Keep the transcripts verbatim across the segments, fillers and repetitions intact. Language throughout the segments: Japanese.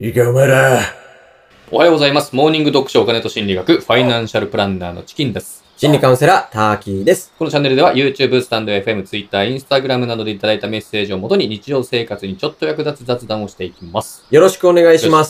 いかお前ら。 おはようございます。モーニング読書お金と心理学、ファイナンシャルプランナーのチキンです。 心理カウンセラー、ターキーです。 このチャンネルでは YouTube、スタンド エフエム、Twitter、Instagram などでいただいたメッセージをもとに日常生活にちょっと役立つ雑談をしていきます。 よろしくお願いします。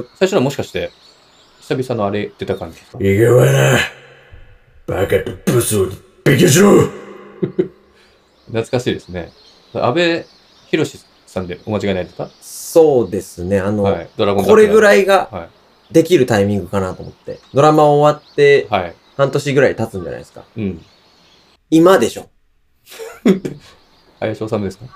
最初のはもしかして、久々のあれ出た感じですか？ いかお前ら。バカとブスを勉強しろ懐かしいですね。安部寛さんでお間違いないですか？ そうですね。あの、 はい、ドラゴンこれぐらいがはいできるタイミングかなと思って。ドラマ終わって、 はい。 半年ぐらい経つんじゃないですか。 うん。 今でしょ。 林修ですか？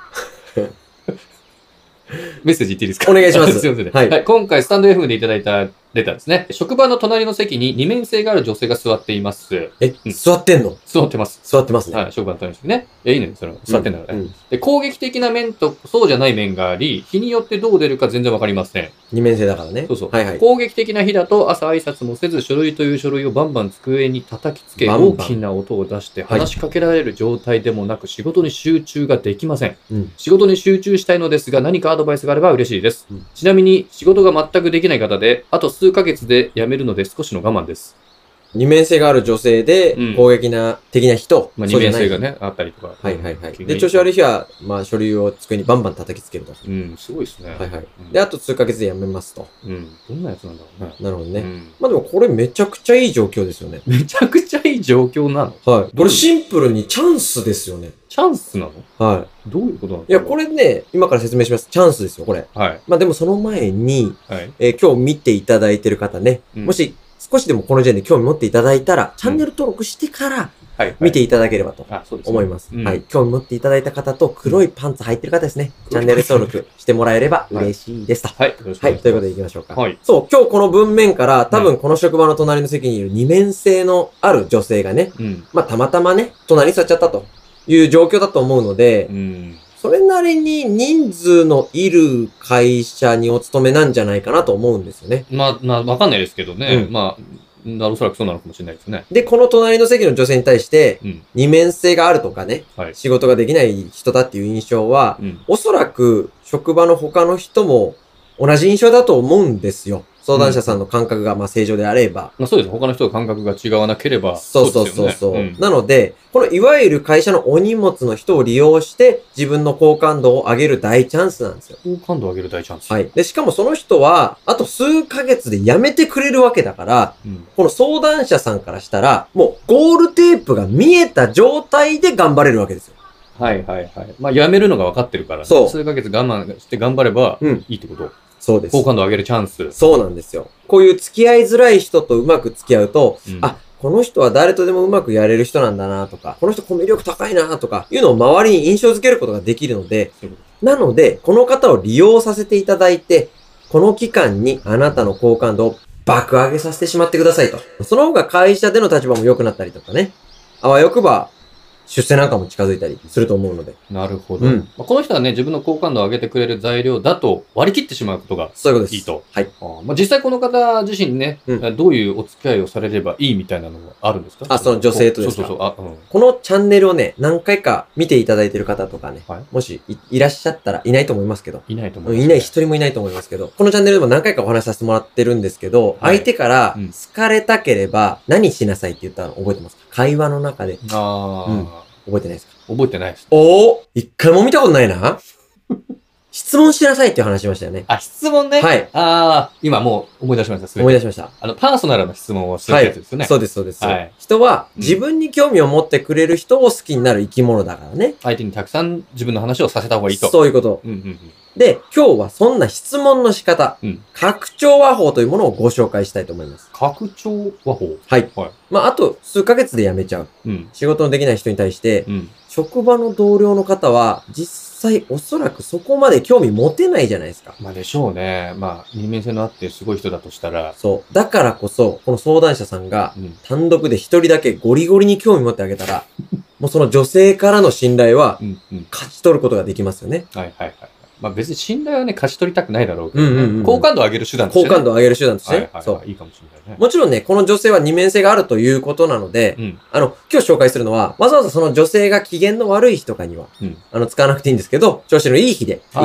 メッセージ言っていいですか？ お願いします。 すいませんね。 はいはい。今回、スタンド エフエム でいただいたレターですね。職場の隣の席に二面性がある女性が座っています。 え、 うん座ってんの？ 座ってます。 座ってますね。 はい。職場の隣の席ね。え、いいね。その、座ってんだからね、 うんうん。 で、攻撃的な面と、そうじゃない面があり、日によってどう出るか全然わかりません。 二面性だからね。 そうそう。 はいはい。 攻撃的な日だと、朝挨拶もせず、書類という書類をバンバン机に叩きつけ、 バンバン大きな音を出して、話しかけられる状態でもなく、仕事に集中ができません。 うん。 仕事に集中したいのですが、何かアドバイスがあれば嬉しいです。 うん、 ちなみに、仕事が全くできない方で、あと数ヶ月で辞めるので少しの我慢です。 二面性がある女性で、 うん攻撃な、的な人。 まあ、二面性がね、あったりとか。 はいはいはい。 うんで、調子悪い日は、まあ、書類を机にバンバン叩きつけると。 うん、すごいですね。 はいはい。 うんで、あと数ヶ月で辞めますと。 うん。どんなやつなんだろうね。 なるほどね。 うんまあでもこれめちゃくちゃいい状況ですよね。 めちゃくちゃいい状況なの？ はい。これシンプルにチャンスですよね。 チャンスなの？ はどういうことなの？ い。いや、これね、今から説明します。チャンスですよ、これ。 はい。 まあでもその前に、 はい。 えー今日見ていただいてる方ね、 うんもし少しでもこの時点で興味持っていただいたら、チャンネル登録してからはい。 見ていただければとあ、そうですね。 思います。 うんはい。興味持っていただいた方と黒いパンツ履いてる方ですね。チャンネル登録してもらえれば嬉しいですと。 はい。よろしくおはい。 願いします。 ということで行きましょうか。 はい。 そう、今日この文面から多分この職場の隣の席にいる二面性のある女性がね、 うん。 まあたまたまね、隣に座っちゃったという状況だと思うのでう、ん。 それなりに人数のいる会社にお勤めなんじゃないかなと思うんですよね。 まあ、まあ、わかんないですけどね。 うんまあ、なおそらくそうなのかもしれないですね。 で、この隣の席の女性に対して、 うん。 二面性があるとかね、 はい。 仕事ができない人だっていう印象は、 うん。 おそらく職場の他の人も同じ印象だと思うんですよ。相談者さんの感覚がまあ正常であれば。 まあそうです。他の人と感覚が違わなければ。 そうそうそうそう。 ですよねんなので、このいわゆる会社のお荷物の人を利用して自分の好感度を上げる大チャンスなんですよ。 好感度を上げる大チャンス。 はい。で、しかもその人は、あと数ヶ月で辞めてくれるわけだから、 うん。 この相談者さんからしたら、もうゴールテープが見えた状態で頑張れるわけですよ。 はいはいはい。まあ、やめるのが分かってるからね。 そう数ヶ月我慢して頑張ればうんいいってこと。 そうです好。感度を上げるチャンス。 そうなんですよ。こういう付き合いづらい人とうまく付き合うと、 うんあ、この人は誰とでもうまくやれる人なんだなとか、この人コミュ力高いなとか、いうのを周りに印象づけることができるので、 そういうこなので、この方を利用させていただいて、この期間にあなたの好感度を爆上げさせてしまってくださいと。その方が会社での立場も良くなったりとかね。あわよくば、出世なんかも近づいたりすると思うので。 となるほど。 うんまあ、この人はね、自分の好感度を上げてくれる材料だと割り切ってしまうことがそういうことです。 いいと。 はい。 あーまあ、実際この方自身ね、 うんどういうお付き合いをされればいいみたいなのがあるんですか？ あその女性とですかそうそうそう。あ、うん。 このチャンネルをね、何回か見ていただいている方とかね、 はいもしいいらっしゃったらいないと思いますけど、 いないと思ううんますいない、一人もいないと思いますけど、このチャンネルでも何回かお話しさせてもらってるんですけど、 はい相手からうん好かれたければ何しなさいって言ったの覚えてますか？会話の中で。 ああ、 うん覚えてないですか？ 覚えてないです。 おお一回も見たことないな質問しなさいっていう話しましたよね。 あ、質問ね。 はい。 ああ、今もう思い出しました。すべて思い出しました。 あの、パーソナルな質問をするはいやつですよね。 そうです、そうです。 はい人はうん自分に興味を持ってくれる人を好きになる生き物だからね。 相手にたくさん自分の話をさせた方がいいと。 そういうこと。 うんうんうん。 で、今日はそんな質問の仕方、 うん拡張話法というものをご紹介したいと思います。 拡張和法。 はい。 はい。 まあ、あと数ヶ月で辞めちゃう。 うん。 仕事のできない人に対して、 うん。 職場の同僚の方は、実際おそらくそこまで興味持てないじゃないですか。 まあでしょうね。まあ、人間性のあってすごい人だとしたら。 そう。だからこそ、この相談者さんがう、ん。 単独で一人だけゴリゴリに興味持ってあげたら、もうその女性からの信頼はうん。うん。 勝ち取ることができますよね。 はいはいはい。まあ別に信頼はね、勝ち取りたくないだろうけど、 うんうんうん好感度を上げる手段として、ね。 好感度を上げる手段としてね。 はいはい、 そう。 はい。いいかもしれないね。 もちろんね、この女性は二面性があるということなので、 うん。 あの、今日紹介するのは、わざわざその女性が機嫌の悪い日とかには、 うん。 あの、使わなくていいんですけど、調子のいい日でいいです。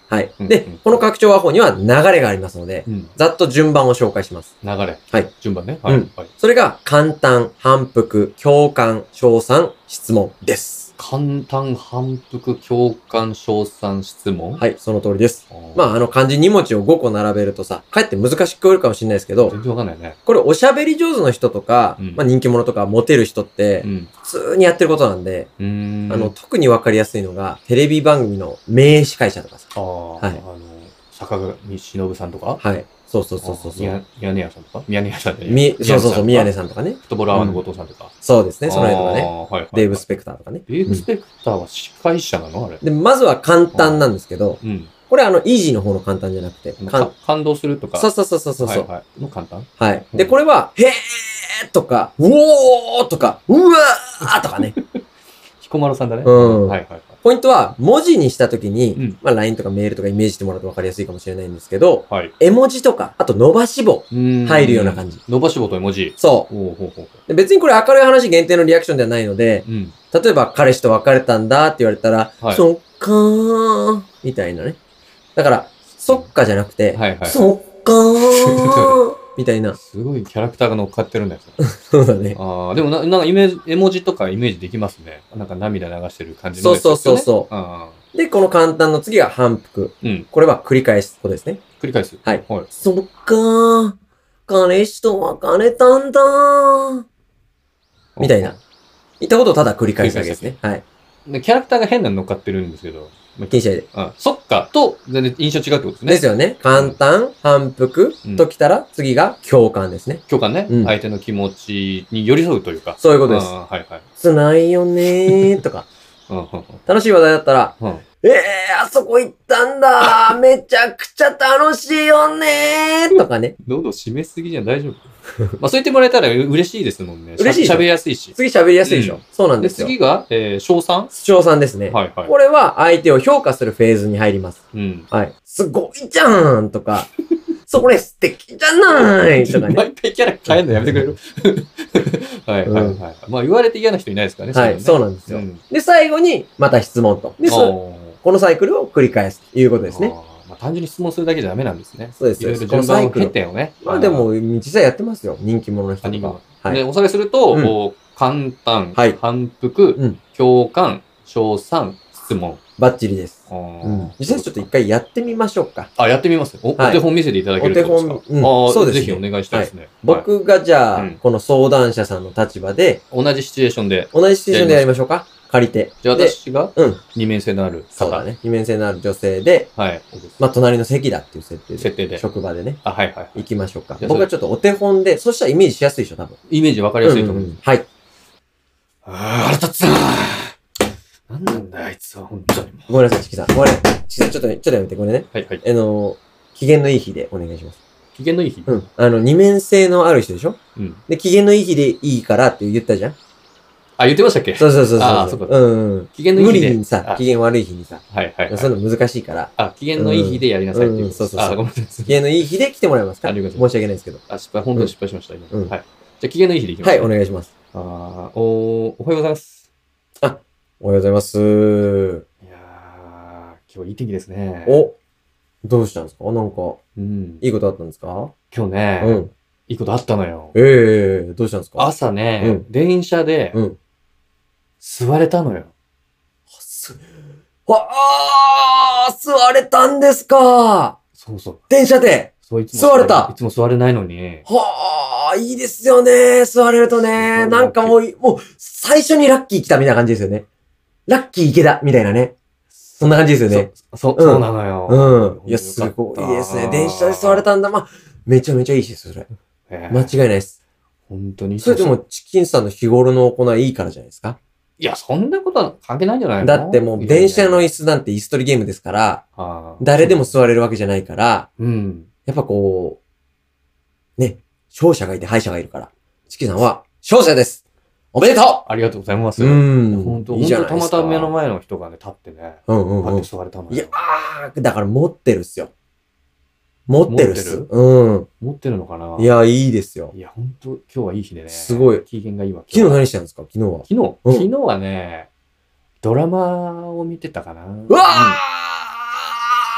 はい。 うんで、 うんこの拡張和法には流れがありますので、 うん。 ざっと順番を紹介します。 流れ。 はい。 順番ね。はい。 うんはい。 それが、簡単、反復、共感、称賛、質問です。 簡単、反復、共感、称賛、質問。 はい、その通りです。 あーまあ、あの漢字に文字をごこ並べるとさ、かえって難しく聞こえるかもしれないですけど、 全然わかんないね。 これおしゃべり上手の人とか、 うんまあ人気者とかモテる人ってう、ん。 普通にやってることなんで、 うーん。 あの、特にわかりやすいのが、テレビ番組の名司会者とかさ。 ああ、 はいあの、坂上忍さんとかはい。そうそうそうそうそう。 宮宮根屋さんとか宮根屋さんでみ、そうそうそう、宮根ん。 さんとかね。 フットボールアワーの後藤さんとか。 そうですね、その辺とかね。 あーはいはいはいデーブ・スペクターとかね。 デーブ・スペクターは司会者なのあれ。 で、まずは簡単なんですけど、 うん。 これあの、イージーの方の簡単じゃなくて、かか感動するとか。 そうそうそうそうそう。 はいはい。の簡単はい。で、 うんこれは、へーとか、うおーとか、うわーとかね。 彦摩呂さんだね。 うんはいはいはい。 ポイントは、文字にしたときに、 うんまあ ライン とかメールとかイメージしてもらうと分かりやすいかもしれないんですけど、 はい。 絵文字とか、あと伸ばし棒入入るような感じ。 伸ばし棒と絵文字。 そおうほうほうほう。で別にこれ明るい話限定のリアクションではないので、 う。うん。 例えば彼氏と別れたんだって言われたら、 はいそっかー、みたいなね。だから、そっかじゃなくて、 はいはい。 そっかー、みたいな。 すごいキャラクターが乗っかってるんだよ。 そうだね。 ああ、でもな、なんかイメージ、絵文字とかイメージできますね。なんか涙流してる感じのそうそうそうう。 そう。 ああ。 で、この簡単の次が反復。 うん。 これは繰り返すことですね。 繰り返す。 はい。 はい。 そっかー、彼氏と別れたんだー。みたいな。言ったことをただ繰り返すだけですね。はい。 で。キャラクターが変なの乗っかってるんですけど。まあ禁止で。 あそっかと、全然印象違うってことですね。 ですよね。簡単、反復うんときたら、次が共感ですね。 共感ね、 うん相手の気持ちに寄り添うというか。 そういうことです。 あーはいはい。 辛いよねーとか。 うんうん楽しい話題だったら、 うんうんええー、あそこ行ったんだーめちゃくちゃ楽しいよねーとかね。 喉締めすぎじゃ大丈夫まあそう言ってもらえたら嬉しいですもんね。 嬉しいでしょ喋りやすいし。 次喋りやすいでしょ。 うんそうなんで、 ですよ。 次が、えー、賞賛主張さんですね。 はいはい。 これは相手を評価するフェーズに入ります。 うん。 はい。すごいじゃんとか、それ素敵じゃないとかね。 毎回キャラ変えるのやめてくれるはいはいはい。まあ言われて嫌な人いないですからね。 はい、 れそうなんですよ。 うんで、最後に、また質問と。で、そおーこのサイクルを繰り返すということですね。 あーまあ単純に質問するだけじゃダメなんですね。 そうですいろいろこの順番をサイクル経てよね。 まあでも、実際やってますよ。人気者の人とか。はで、 い。 おさらいすると、 うんこう簡単、 はい反復、 うん共感、称賛、質問。 バッチリです。 あーうん。実際ちょっと一回やってみましょうか。 あ、やってみますお、 はいお手本見せていただけるってことですかお手本うんああ、 そうですねぜひお願いしたいですね。はい僕がじゃあ、 うんこの相談者さんの立場で、 同じシチュエーションで。 同じシチュエーションでやりましょうか。借りて。 じゃあで私がうん。 二面性のある方。 そうだね。二面性のある女性で、 はい。 まあ、隣の席だっていう設定で。 設定で職場でね。 あ、はいはい。 行きましょうか。 じゃあ僕はちょっとお手本で、そしたらイメージしやすいでしょ、多分。 イメージわかりやすいと思う。 んんんはい。 ああ、腹立つなーなんなんだよ、あいつは、本当に。 ごめんなさい、チキさん。ごめんなさい。チキさん、ちょっとね、ちょっとやめて、これね。 はいはい。 あの、機嫌のいい日でお願いします。 機嫌のいい日。 うん。あの、二面性のある人でしょうん。 で、機嫌のいい日でいいからって言ったじゃんあ、言ってましたっけそうそうそうそう。 あーそうかうんうん。 機嫌のいい無日で。 理にさ、 あ機嫌悪い日にさ、 はいはいはい。 そういうの難しいから、 あ、機嫌のいい日でやりなさいっていう。 うんうんそうそうそうあ、ごめんなさい。 機嫌のいい日で来てもらえますか申しありがとうござい訳ないですけど。 あ、失敗、本当に失敗しました、今。 うんはい。じゃあ、機嫌のいい日でいきます。 はい、お願いします。 あーおー、おはようございます。 おはようございます。 いやー、今日いい天気ですね。 お、どうしたんですかなんか、 うん。 いいことあったんですか今日ね、 うん。 いいことあったのよ。 ええどうしたんですか朝ね、 うん電車でうん。 座れたのよ。 す、わあ座れたんですかそうそう。 電車でそういつも座れたいつも座れないのに。 はあ、いいですよね。座れるとね。 すごいなんかもう、もう、最初にラッキー来たみたいな感じですよね。ラッキー池田みたいなね。そんな感じですよね。 そ、そ、 うんそうなのよ。 うん。いや、すごいいいですね。電車で座れたんだ。まあ、めちゃめちゃいいですよ、それ。 えー間違いないです。 本当に。 それでも、チキンさんの日頃の行いいいからじゃないですか。 いや、そんなことは関係ないんじゃないのだってもう、電車の椅子。 子なんて椅子取りゲームですから、 あー誰でも座れるわけじゃないから、 うん。 やっぱこう、ね、勝者がいて敗者がいるから。チキンさんは、勝者ですおめでとありがとうございます。 ううん。 本当いいじゃないたですか。 またま目の前の人がね、立ってね、 うんうんうんパッて。座れたのよ。 いやー、だから持ってるっすよ。持ってるっす。 持ってうん。 持ってるのかないや、いいですよ。 いや、本当今日はいい日でね。 すごい機嫌がいいわ。 昨日何してたんですか昨日は。 昨日、 うん昨日はね、ドラマを見てたかな。 うわ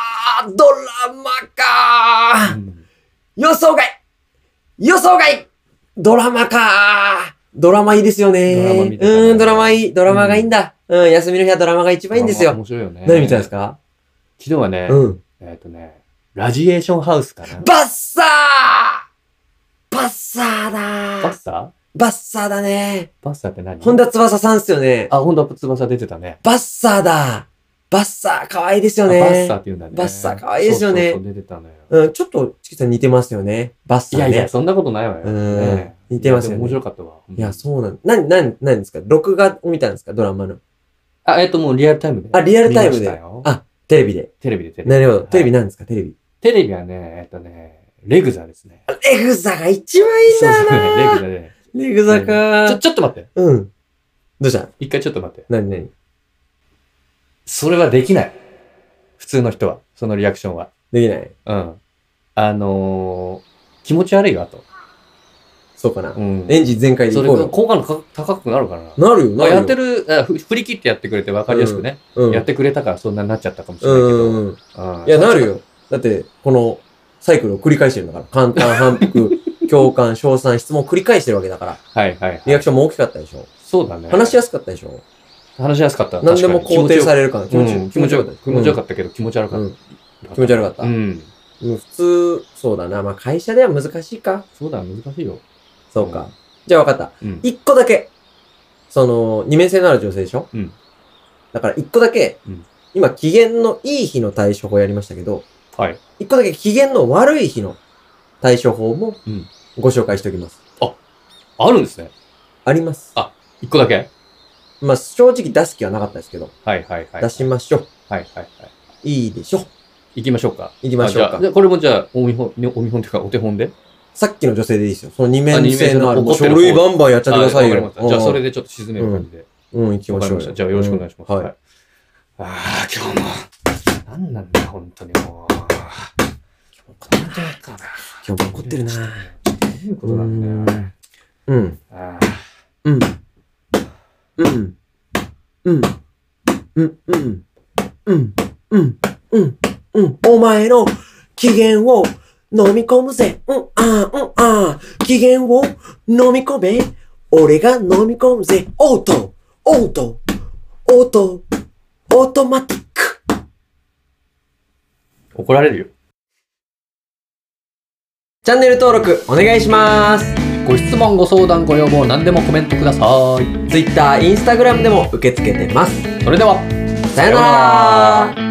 ー、ドラマかー、うん、予想外予想外ドラマかー、ドラマいいですよねー。ドラマ見てたね。うん、ドラマいい。ドラマがいいんだ。うん、うん、休みの日はドラマが一番いいんですよ。 面白いよね。 何見たんですか？ 昨日はね、うん、えっとね、ラジエーションハウスかな。 バッサーバッサーだー。 バッサーバッサーだね。 バッサーって何？ 本田翼さんっすよね。 あ、本田翼出てたね。 バッサーだ。バッサー、可愛いですよね。 バッサーって言うんだね。 バッサー、可愛いですよね。 そうそうそう、出てたのよ。 うん、ちょっと、チキさん似てますよね。バッサーね。 いやいや、そんなことないわよ。 うん、ね、似てますよね。 面白かったわ。 いや、そうなん。な、な、なんですか？録画を見たんですか？ドラマの。 あ、えっと、もうリアルタイムで。 あ、リアルタイムで。あ、テレビで。 テレビで、テレビ。 なるほど。テレビなんですか？テレビ。 テレビはね、えっとね、レグザですね。 レグザが一番いいんだな。そうそうね、レグザで。レグザか。 ちょ、ちょっと待って。 うん。どうした？ 一回ちょっと待って。 なになに？ それはできない。普通の人は。そのリアクションは。 できない。 うん。あのー、気持ち悪いよ、あと。 そうかな。うん。エンジン全開でいこうよ。 それ、好感度高くなるかな。 なるよ、なるよ。 やってる、振り切ってやってくれて分かりやすくね。うん。やってくれたからそんなになっちゃったかもしれないけど。うん。 いや、なるよ。だって、この、サイクルを繰り返してるんだから。簡単、反復、共感、称賛、質問を繰り返してるわけだから。 はいはい、はい。 リアクションも大きかったでしょ。 そうだね。 話しやすかったでしょ。 話しやすかった。 何でも肯定されるから気持ち、うん、気持ちよかった。気持ちよかったけど気持ち悪かった。うん、 気持ち悪かった。うん。普通、そうだな。まあ会社では難しいか。 そうだ、難しいよ。 そうか。うん、じゃあ分かった。一、うん、個だけ。その、二面性のある女性でしょ。うん。だから一個だけ、うん、今機嫌のいい日の対処法やりましたけど、 はい。 一個だけ機嫌の悪い日の対処法も、ご紹介しておきます。 うん、あ、あるんですね。 あります。 あ、一個だけ？ まあ、正直出す気はなかったですけど。 はいはいはい。 出しましょう。 はいはいはい。 いいでしょ。 行きましょうか。 行きましょうか。 じゃあ、これもじゃあ、お見本、お見本というかお手本で？ さっきの女性でいいですよ。その二面性のある。書類バンバンやっちゃってくださいよ。 じゃあ、それでちょっと沈める感じで。 うん、行きましょう。 じゃあ、よろしくお願いします。 はい。 ああ、今日も。なんなんだよ、本当にもう。 今日も怒ってるな。 どういうことなんだよ。 うん。うん。うん。うん。うん。うん。うん。うん。うん。うん。お前の機嫌を飲み込むぜ。うん。あー、うん。あー。機嫌を飲み込め。俺が飲み込むぜ。オート。オート。オート。オートマティック。 怒られるよ。 チャンネル登録お願いします。 ご質問、ご相談、ご要望、何でもコメントください。 Twitter、Instagram でも受け付けてます。 それでは、 さよなら。